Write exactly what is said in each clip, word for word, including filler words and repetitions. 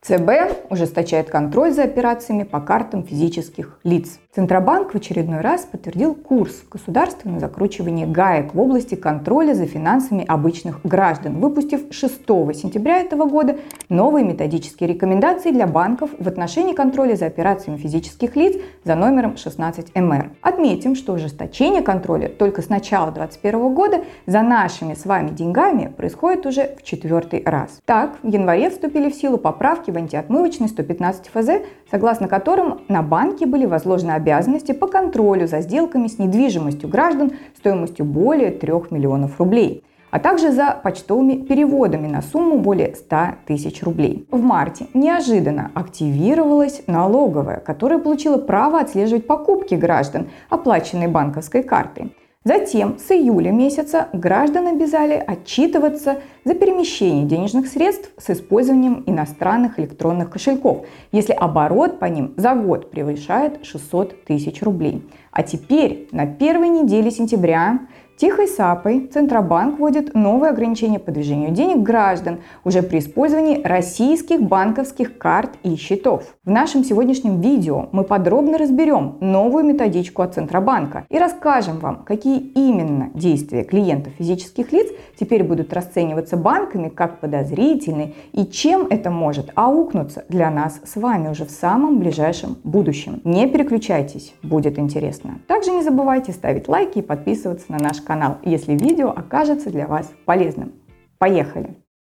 ЦБ ужесточает контроль за операциями по картам физических лиц. Центробанк в очередной раз подтвердил курс государства на закручивание гаек в области контроля за финансами обычных граждан, выпустив шестого сентября этого года новые методические рекомендации для банков в отношении контроля за операциями физических лиц за номером шестнадцать эм эр. Отметим, что ужесточение контроля только с начала две тысячи двадцать первого года за нашими с вами деньгами происходит уже в четвертый раз. Так, в январе вступили в силу поправки в антиотмывочный сто пятнадцать эф зэ, согласно которым на банки были возложены обязанности по контролю за сделками с недвижимостью граждан стоимостью более трёх миллионов рублей, а также за почтовыми переводами на сумму более ста тысяч рублей. В марте неожиданно активировалась налоговая, которая получила право отслеживать покупки граждан, оплаченные банковской картой. Затем с июля месяца граждан обязали отчитываться за перемещение денежных средств с использованием иностранных электронных кошельков, если оборот по ним за год превышает шестьсот тысяч рублей. А теперь на первой неделе сентября тихой сапой Центробанк вводит новые ограничения по движению денег граждан уже при использовании российских банковских карт и счетов. В нашем сегодняшнем видео мы подробно разберем новую методичку от Центробанка и расскажем вам, какие именно действия клиентов физических лиц теперь будут расцениваться банками как подозрительные и чем это может аукнуться для нас с вами уже в самом ближайшем будущем. Не переключайтесь, будет интересно. Также не забывайте ставить лайки и подписываться на наш канал, если видео окажется для вас полезным. Поехали!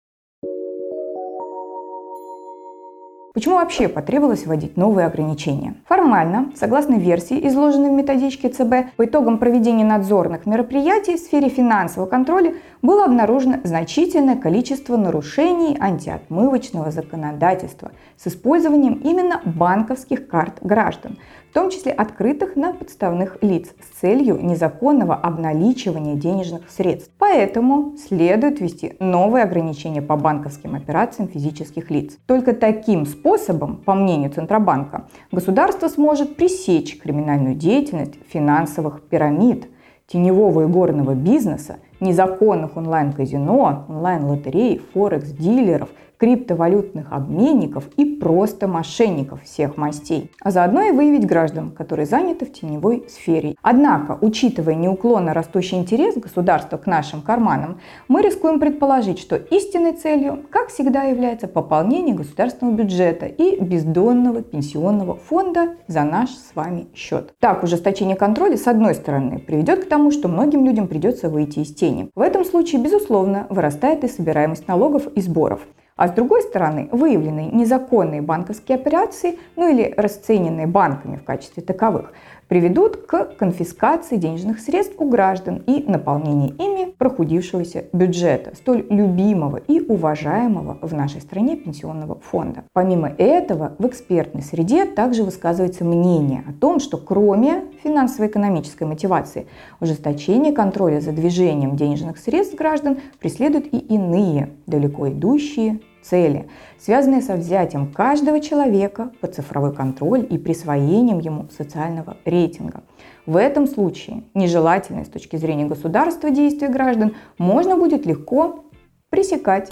Почему вообще потребовалось вводить новые ограничения? Формально, согласно версии, изложенной в методичке ЦБ, по итогам проведения надзорных мероприятий в сфере финансового контроля было обнаружено значительное количество нарушений антиотмывочного законодательства с использованием именно банковских карт граждан, в том числе открытых на подставных лиц, с целью незаконного обналичивания денежных средств. Поэтому следует ввести новые ограничения по банковским операциям физических лиц. Только таким способом, по мнению Центробанка, государство сможет пресечь криминальную деятельность финансовых пирамид, теневого игорного бизнеса, незаконных онлайн-казино, онлайн-лотерей, форекс-дилеров, криптовалютных обменников и просто мошенников всех мастей, а заодно и выявить граждан, которые заняты в теневой сфере. Однако, учитывая неуклонно растущий интерес государства к нашим карманам, мы рискуем предположить, что истинной целью, как всегда, является пополнение государственного бюджета и бездонного пенсионного фонда за наш с вами счет. Так, ужесточение контроля, с одной стороны, приведет к тому, что многим людям придется выйти из тени. В этом случае, безусловно, вырастает и собираемость налогов и сборов. А с другой стороны, выявленные незаконные банковские операции, ну или расцененные банками в качестве таковых, приведут к конфискации денежных средств у граждан и наполнению ими прохудившегося бюджета, столь любимого и уважаемого в нашей стране пенсионного фонда. Помимо этого, в экспертной среде также высказывается мнение о том, что кроме финансово-экономической мотивации, ужесточение контроля за движением денежных средств граждан преследует и иные, далеко идущие цели, связанные со взятием каждого человека под цифровой контроль и присвоением ему социального рейтинга. В этом случае нежелательные с точки зрения государства действия граждан можно будет легко пресекать.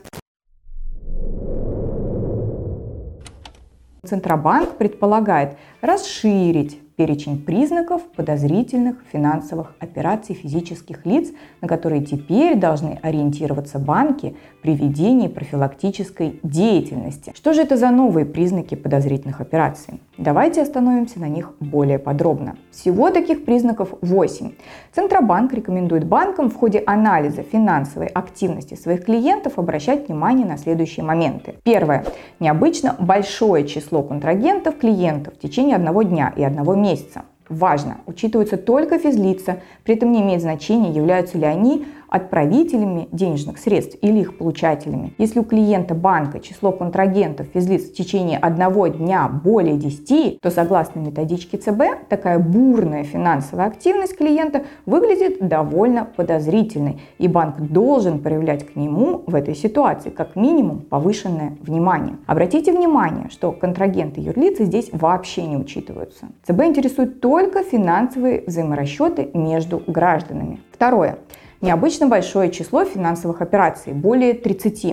Центробанк предполагает расширить перечень признаков подозрительных финансовых операций физических лиц, на которые теперь должны ориентироваться банки при ведении профилактической деятельности. Что же это за новые признаки подозрительных операций? Давайте остановимся на них более подробно. Всего таких признаков восемь. Центробанк рекомендует банкам в ходе анализа финансовой активности своих клиентов обращать внимание на следующие моменты. Первое. Необычно большое число контрагентов клиентов в течение одного дня и одного месяца. Месяца. Важно, учитываются только физлица, при этом не имеет значения, являются ли они отправителями денежных средств или их получателями. Если у клиента банка число контрагентов физлиц в течение одного дня более десяти, то согласно методичке ЦБ такая бурная финансовая активность клиента выглядит довольно подозрительной, и банк должен проявлять к нему в этой ситуации как минимум повышенное внимание. Обратите внимание, что контрагенты юрлицы здесь вообще не учитываются. ЦБ интересует только финансовые взаиморасчеты между гражданами. Второе. Необычно большое число финансовых операций, более тридцати. В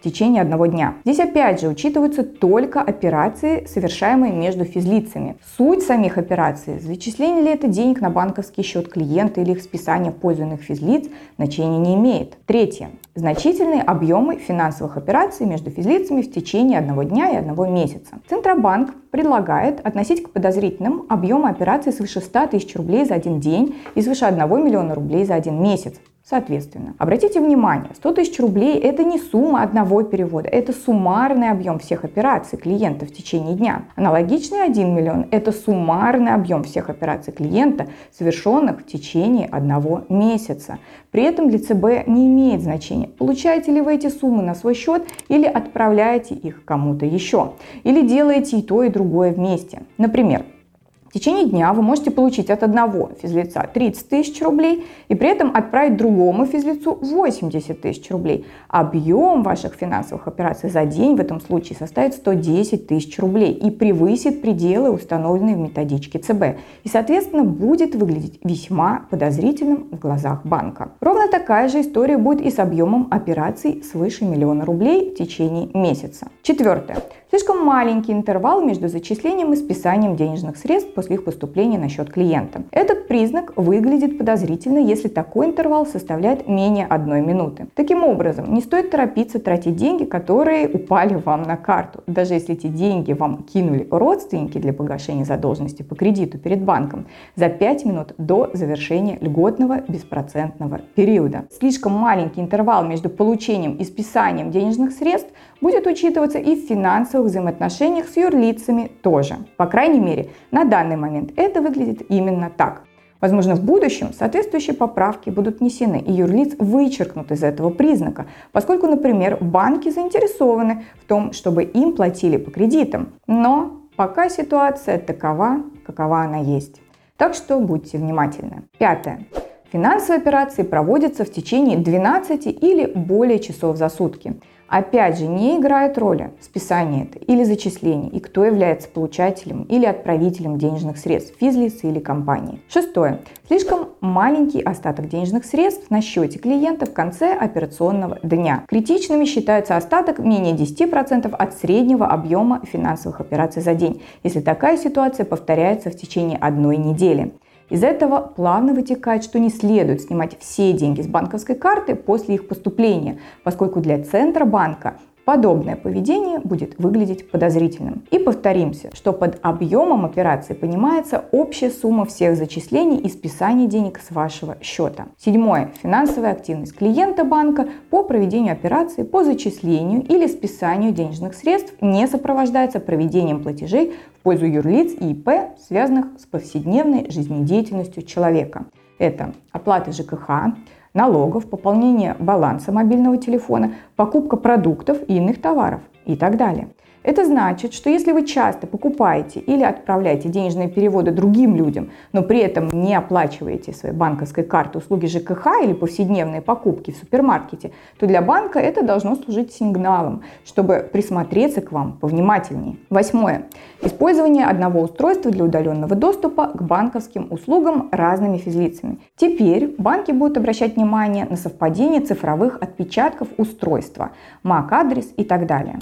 в течение одного дня. Здесь опять же учитываются только операции, совершаемые между физлицами. Суть самих операций, зачисление ли это денег на банковский счет клиента или их списание в пользу иных физлиц, значения не имеет. Третье. Значительные объемы финансовых операций между физлицами в течение одного дня и одного месяца. Центробанк предлагает относить к подозрительным объемы операций свыше ста тысяч рублей за один день и свыше одного миллиона рублей за один месяц. Соответственно, обратите внимание, сто тысяч рублей – это не сумма одного перевода, это суммарный объем всех операций клиента в течение дня. Аналогичный один миллион – это суммарный объем всех операций клиента, совершенных в течение одного месяца. При этом для ЦБ не имеет значения, получаете ли вы эти суммы на свой счет или отправляете их кому-то еще, или делаете и то, и другое вместе. Например, в течение дня вы можете получить от одного физлица тридцать тысяч рублей и при этом отправить другому физлицу восемьдесят тысяч рублей. Объем ваших финансовых операций за день в этом случае составит сто десять тысяч рублей и превысит пределы, установленные в методичке ЦБ. И, соответственно, будет выглядеть весьма подозрительным в глазах банка. Ровно такая же история будет и с объемом операций свыше миллиона рублей в течение месяца. Четвертое. Слишком маленький интервал между зачислением и списанием денежных средств после их поступления на счет клиента. Этот признак выглядит подозрительно, если такой интервал составляет менее одной минуты. Таким образом, не стоит торопиться тратить деньги, которые упали вам на карту. Даже если эти деньги вам кинули родственники для погашения задолженности по кредиту перед банком за пять минут до завершения льготного беспроцентного периода. Слишком маленький интервал между получением и списанием денежных средств будет учитываться и в финансовых взаимоотношениях с юрлицами тоже. По крайней мере, на данный момент это выглядит именно так. Возможно, в будущем соответствующие поправки будут внесены, и юрлиц вычеркнут из этого признака, поскольку, например, банки заинтересованы в том, чтобы им платили по кредитам. Но пока ситуация такова, какова она есть. Так что будьте внимательны. Пятое. Финансовые операции проводятся в течение двенадцати или более часов за сутки. Опять же, не играет роли списание это или зачисление, и кто является получателем или отправителем денежных средств, физлицы или компании. Шестое. Слишком маленький остаток денежных средств на счете клиента в конце операционного дня. Критичными считается остаток менее десяти процентов от среднего объема финансовых операций за день, если такая ситуация повторяется в течение одной недели. Из этого плавно вытекает, что не следует снимать все деньги с банковской карты после их поступления, поскольку для Центробанка подобное поведение будет выглядеть подозрительным. И повторимся, что под объемом операции понимается общая сумма всех зачислений и списаний денег с вашего счета. Седьмое. Финансовая активность клиента банка по проведению операций по зачислению или списанию денежных средств не сопровождается проведением платежей в пользу юрлиц и ИП, связанных с повседневной жизнедеятельностью человека. Это оплата ЖКХ, налогов, пополнение баланса мобильного телефона, покупка продуктов и иных товаров и так далее. Это значит, что если вы часто покупаете или отправляете денежные переводы другим людям, но при этом не оплачиваете своей банковской картой услуги ЖКХ или повседневные покупки в супермаркете, то для банка это должно служить сигналом, чтобы присмотреться к вам повнимательнее. Восьмое. Использование одного устройства для удаленного доступа к банковским услугам разными физлицами. Теперь банки будут обращать внимание на совпадение цифровых отпечатков устройства, мак-адрес и так далее.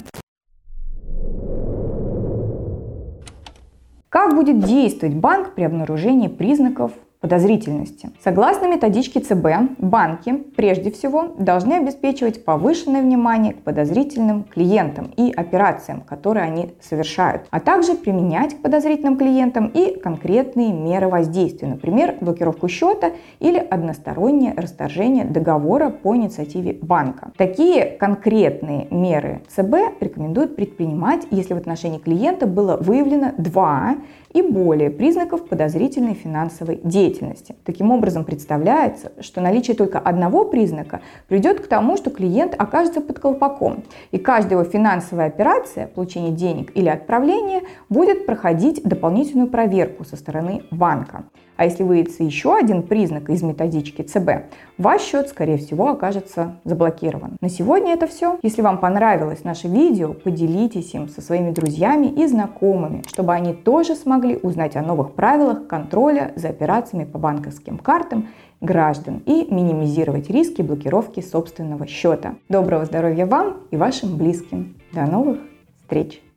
Как будет действовать банк при обнаружении признаков подозрительности? Согласно методичке ЦБ, банки прежде всего должны обеспечивать повышенное внимание к подозрительным клиентам и операциям, которые они совершают, а также применять к подозрительным клиентам и конкретные меры воздействия, например, блокировку счета или одностороннее расторжение договора по инициативе банка. Такие конкретные меры ЦБ рекомендуют предпринимать, если в отношении клиента было выявлено два и более признаков подозрительной финансовой деятельности. Таким образом, представляется, что наличие только одного признака приведет к тому, что клиент окажется под колпаком, и каждая его финансовая операция, получение денег или отправление, будет проходить дополнительную проверку со стороны банка. А если выявится еще один признак из методички ЦБ, ваш счет, скорее всего, окажется заблокирован. На сегодня это все. Если вам понравилось наше видео, поделитесь им со своими друзьями и знакомыми, чтобы они тоже смогли узнать о новых правилах контроля за операциями известные по банковским картам граждан и минимизировать риски блокировки собственного счета. Доброго здоровья вам и вашим близким. До новых встреч!